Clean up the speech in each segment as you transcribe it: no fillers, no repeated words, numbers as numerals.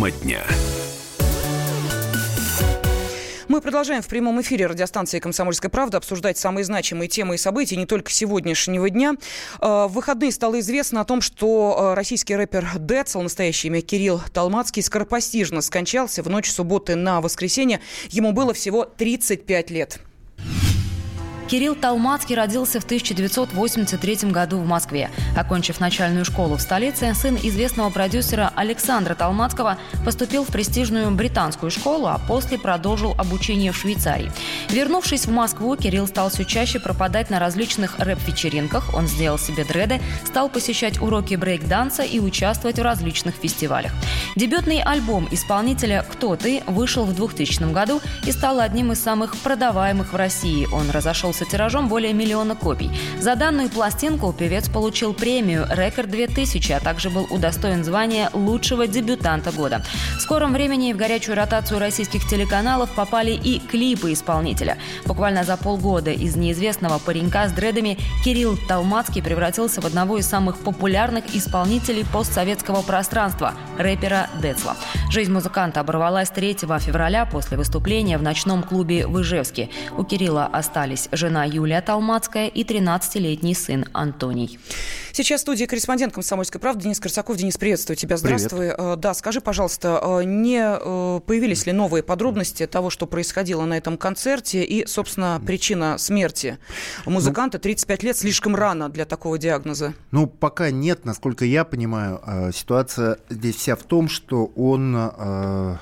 Тема дня. Мы продолжаем в прямом эфире радиостанции «Комсомольская правда» обсуждать самые значимые темы и события не только сегодняшнего дня. В выходные стало известно о том, что российский рэпер Децл, настоящее имя Кирилл Толмацкий, скоропостижно скончался в ночь субботы на воскресенье. Ему было всего 35 лет. Кирилл Толмацкий родился в 1983 году в Москве. Окончив начальную школу в столице, сын известного продюсера Александра Толмацкого поступил в престижную британскую школу, а после продолжил обучение в Швейцарии. Вернувшись в Москву, Кирилл стал все чаще пропадать на различных рэп-вечеринках. Он сделал себе дреды, стал посещать уроки брейк-данса и участвовать в различных фестивалях. Дебютный альбом исполнителя «Кто ты» вышел в 2000 году и стал одним из самых продаваемых в России. Он разошелся тиражом более 1 миллиона копий. За данную пластинку певец получил премию «Рекорд 2000», а также был удостоен звания лучшего дебютанта года. В скором времени в горячую ротацию российских телеканалов попали и клипы исполнителя. Буквально за полгода из неизвестного паренька с дредами Кирилл Толмацкий превратился в одного из самых популярных исполнителей постсоветского пространства – рэпера Децла. Жизнь музыканта оборвалась 3 февраля после выступления в ночном клубе в Ижевске. У Кирилла остались жена Юлия Толмацкая и 13-летний сын Антоний. Сейчас в студии корреспондент «Комсомольской правды» Денис Корсаков. Денис, приветствую тебя. Здравствуй. Привет. Да, скажи, пожалуйста, не появились ли новые подробности того, что происходило на этом концерте и, собственно, причина смерти музыканта? 35 лет слишком рано для такого диагноза. Пока нет. Насколько я понимаю, ситуация здесь вся в том, что он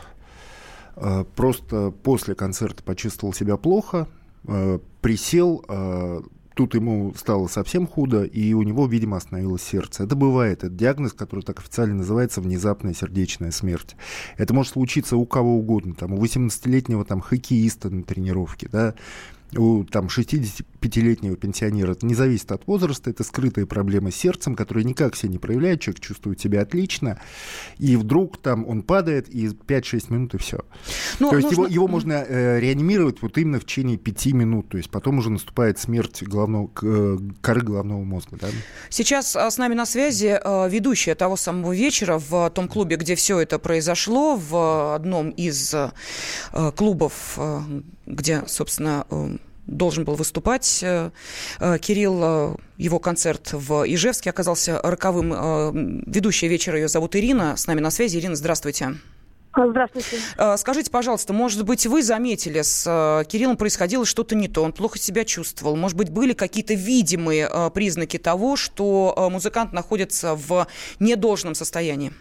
просто после концерта почувствовал себя плохо, присел, тут ему стало совсем худо, и у него, видимо, остановилось сердце. Это бывает. Это диагноз, который так официально называется внезапная сердечная смерть. Это может случиться у кого угодно. У 18-летнего хоккеиста на тренировке, да, у 65-летнего пенсионера. Это не зависит от возраста, это скрытые проблемы с сердцем, которые никак себя не проявляют, человек чувствует себя отлично, и вдруг он падает, и 5-6 минут, и все. То есть его можно реанимировать именно в течение 5 минут, то есть потом уже наступает смерть коры головного мозга. Да? Сейчас с нами на связи ведущая того самого вечера в том клубе, где все это произошло, в одном из клубов, где, собственно, должен был выступать Кирилл. Его концерт в Ижевске оказался роковым. Ведущая вечера, ее зовут Ирина, с нами на связи. Ирина, здравствуйте. Здравствуйте. Скажите, пожалуйста, может быть, вы заметили, с Кириллом происходило что-то не то, он плохо себя чувствовал? Может быть, были какие-то видимые признаки того, что музыкант находится в недолжном состоянии?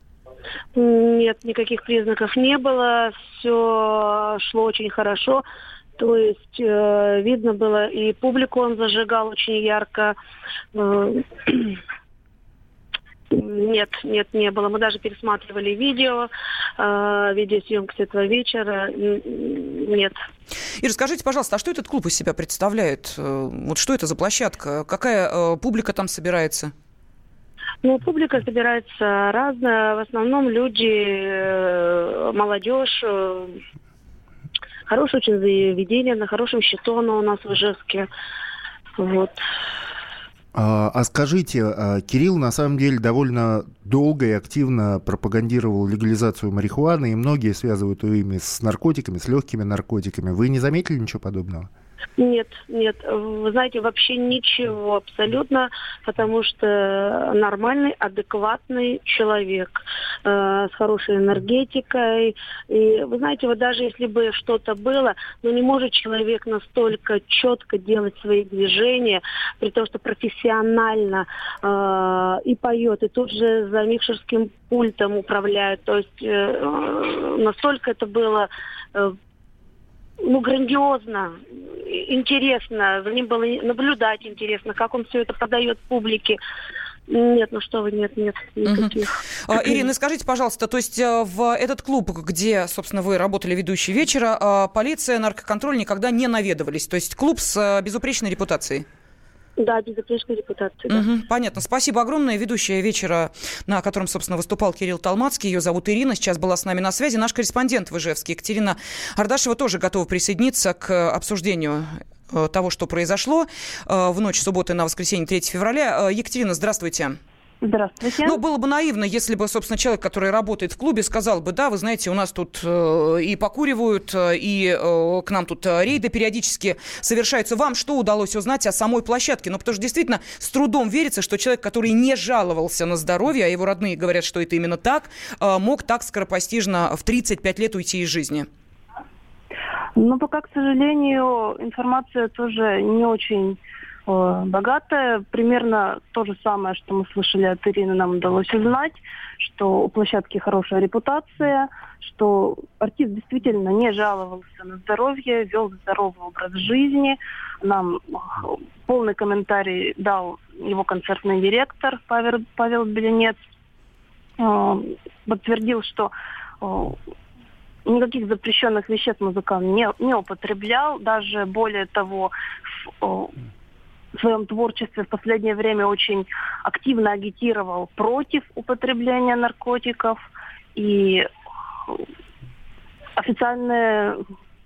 Нет, никаких признаков не было. Все шло очень хорошо. То есть видно было, и публику он зажигал очень ярко. Нет, не было. Мы даже пересматривали видеосъемку с этого вечера. Нет. И расскажите, пожалуйста, а что этот клуб из себя представляет? Вот что это за площадка? Какая публика там собирается? Публика собирается разная. В основном люди, молодежь. Хорошее очень заведение, на хорошем счету оно у нас в Ижевске. Вот. А скажите, Кирилл на самом деле довольно долго и активно пропагандировал легализацию марихуаны, и многие связывают ее имя с наркотиками, с легкими наркотиками. Вы не заметили ничего подобного? Нет. Вы знаете, вообще ничего абсолютно, потому что нормальный, адекватный человек с хорошей энергетикой. И вы знаете, вот даже если бы что-то было, не может человек настолько четко делать свои движения, при том, что профессионально и поет, и тут же за микшерским пультом управляет. То есть настолько это было... грандиозно, интересно, за ним было наблюдать интересно, как он все это подает публике. Нет, что вы, нет никаких. Ирина, скажите, пожалуйста, то есть в этот клуб, где, собственно, вы работали ведущей вечера, полиция, наркоконтроль никогда не наведывались? То есть клуб с безупречной репутацией? Да, безупречной репутации, да. Понятно. Спасибо огромное. Ведущая вечера, на котором, собственно, выступал Кирилл Толмацкий. Ее зовут Ирина. Сейчас была с нами на связи. Наш корреспондент в Ижевске Екатерина Ардашева тоже готова присоединиться к обсуждению того, что произошло в ночь субботы на воскресенье 3 февраля. Екатерина, здравствуйте. Здравствуйте. Ну, было бы наивно, если бы, собственно, человек, который работает в клубе, сказал бы, да, вы знаете, у нас тут и покуривают, и к нам тут рейды периодически совершаются. Вам что удалось узнать о самой площадке? Ну, потому что действительно с трудом верится, что человек, который не жаловался на здоровье, а его родные говорят, что это именно так, мог так скоропостижно в 35 лет уйти из жизни. Ну, пока, к сожалению, информация тоже не очень богатая. Примерно то же самое, что мы слышали от Ирины, нам удалось узнать, что у площадки хорошая репутация, что артист действительно не жаловался на здоровье, вел здоровый образ жизни. Нам полный комментарий дал его концертный директор Павел Беленец. Подтвердил, что никаких запрещенных веществ музыкант не употреблял. Даже более того, в своем творчестве в последнее время очень активно агитировал против употребления наркотиков. И официальная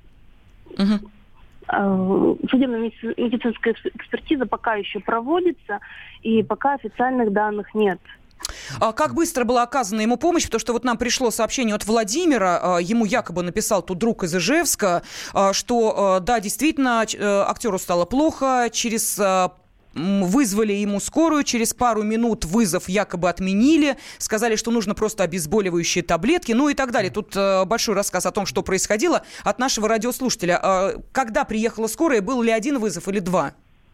судебно-медицинская экспертиза пока еще проводится, и пока официальных данных нет. Как быстро была оказана ему помощь? Потому что вот нам пришло сообщение от Владимира, ему якобы написал тут друг из Ижевска, что да, действительно, актеру стало плохо, вызвали ему скорую, через пару минут вызов якобы отменили, сказали, что нужно просто обезболивающие таблетки, ну и так далее. Тут большой рассказ о том, что происходило от нашего радиослушателя. Когда приехала скорая, был ли один вызов или два?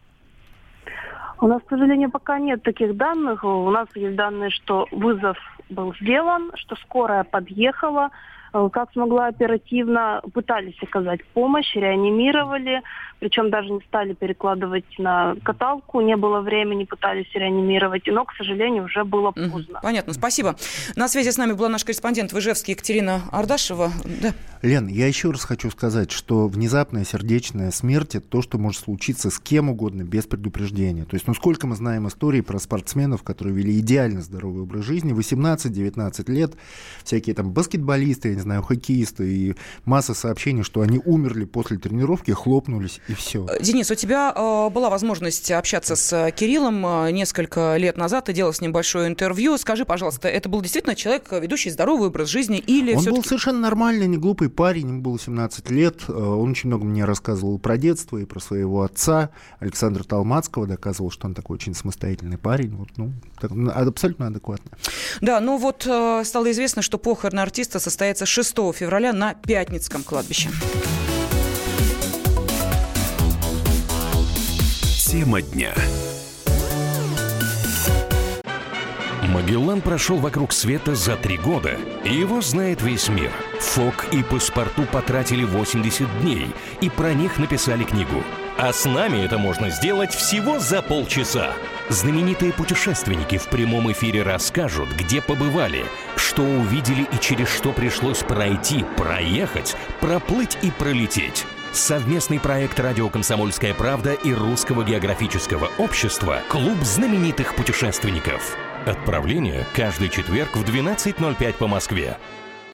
У нас, к сожалению, пока нет таких данных. У нас есть данные, что вызов был сделан, что скорая подъехала, как смогла оперативно, пытались оказать помощь, реанимировали, причем даже не стали перекладывать на каталку, не было времени, пытались реанимировать, но, к сожалению, уже было поздно. Понятно, спасибо. На связи с нами была наш корреспондент в Ижевске Екатерина Ардашева. Да. Лен, я еще раз хочу сказать, что внезапная сердечная смерть – это то, что может случиться с кем угодно без предупреждения. То есть, сколько мы знаем историй про спортсменов, которые вели идеально здоровый образ жизни, 18-19 лет, всякие там баскетболисты, я не знаю, хоккеисты, и масса сообщений, что они умерли после тренировки, хлопнулись, и все. Денис, у тебя была возможность общаться с Кириллом несколько лет назад, ты делал с ним большое интервью. Скажи, пожалуйста, это был действительно человек, ведущий здоровый образ жизни, или он все-таки... был совершенно нормальный, не глупый парень, ему было 17 лет, он очень много мне рассказывал про детство и про своего отца, Александра Толмацкого, доказывал, что он такой очень самостоятельный парень, абсолютно адекватный. Да, ну вот стало известно, что похороны артиста состоятся 6 февраля на Пятницком кладбище. Тема дня. Магеллан прошел вокруг света за 3 года, и его знает весь мир. Фок и Паспарту потратили 80 дней, и про них написали книгу. А с нами это можно сделать всего за полчаса. Знаменитые путешественники в прямом эфире расскажут, где побывали, что увидели и через что пришлось пройти, проехать, проплыть и пролететь. Совместный проект «Радио Комсомольская правда» и Русского географического общества «Клуб знаменитых путешественников». Отправление каждый четверг в 12:05 по Москве.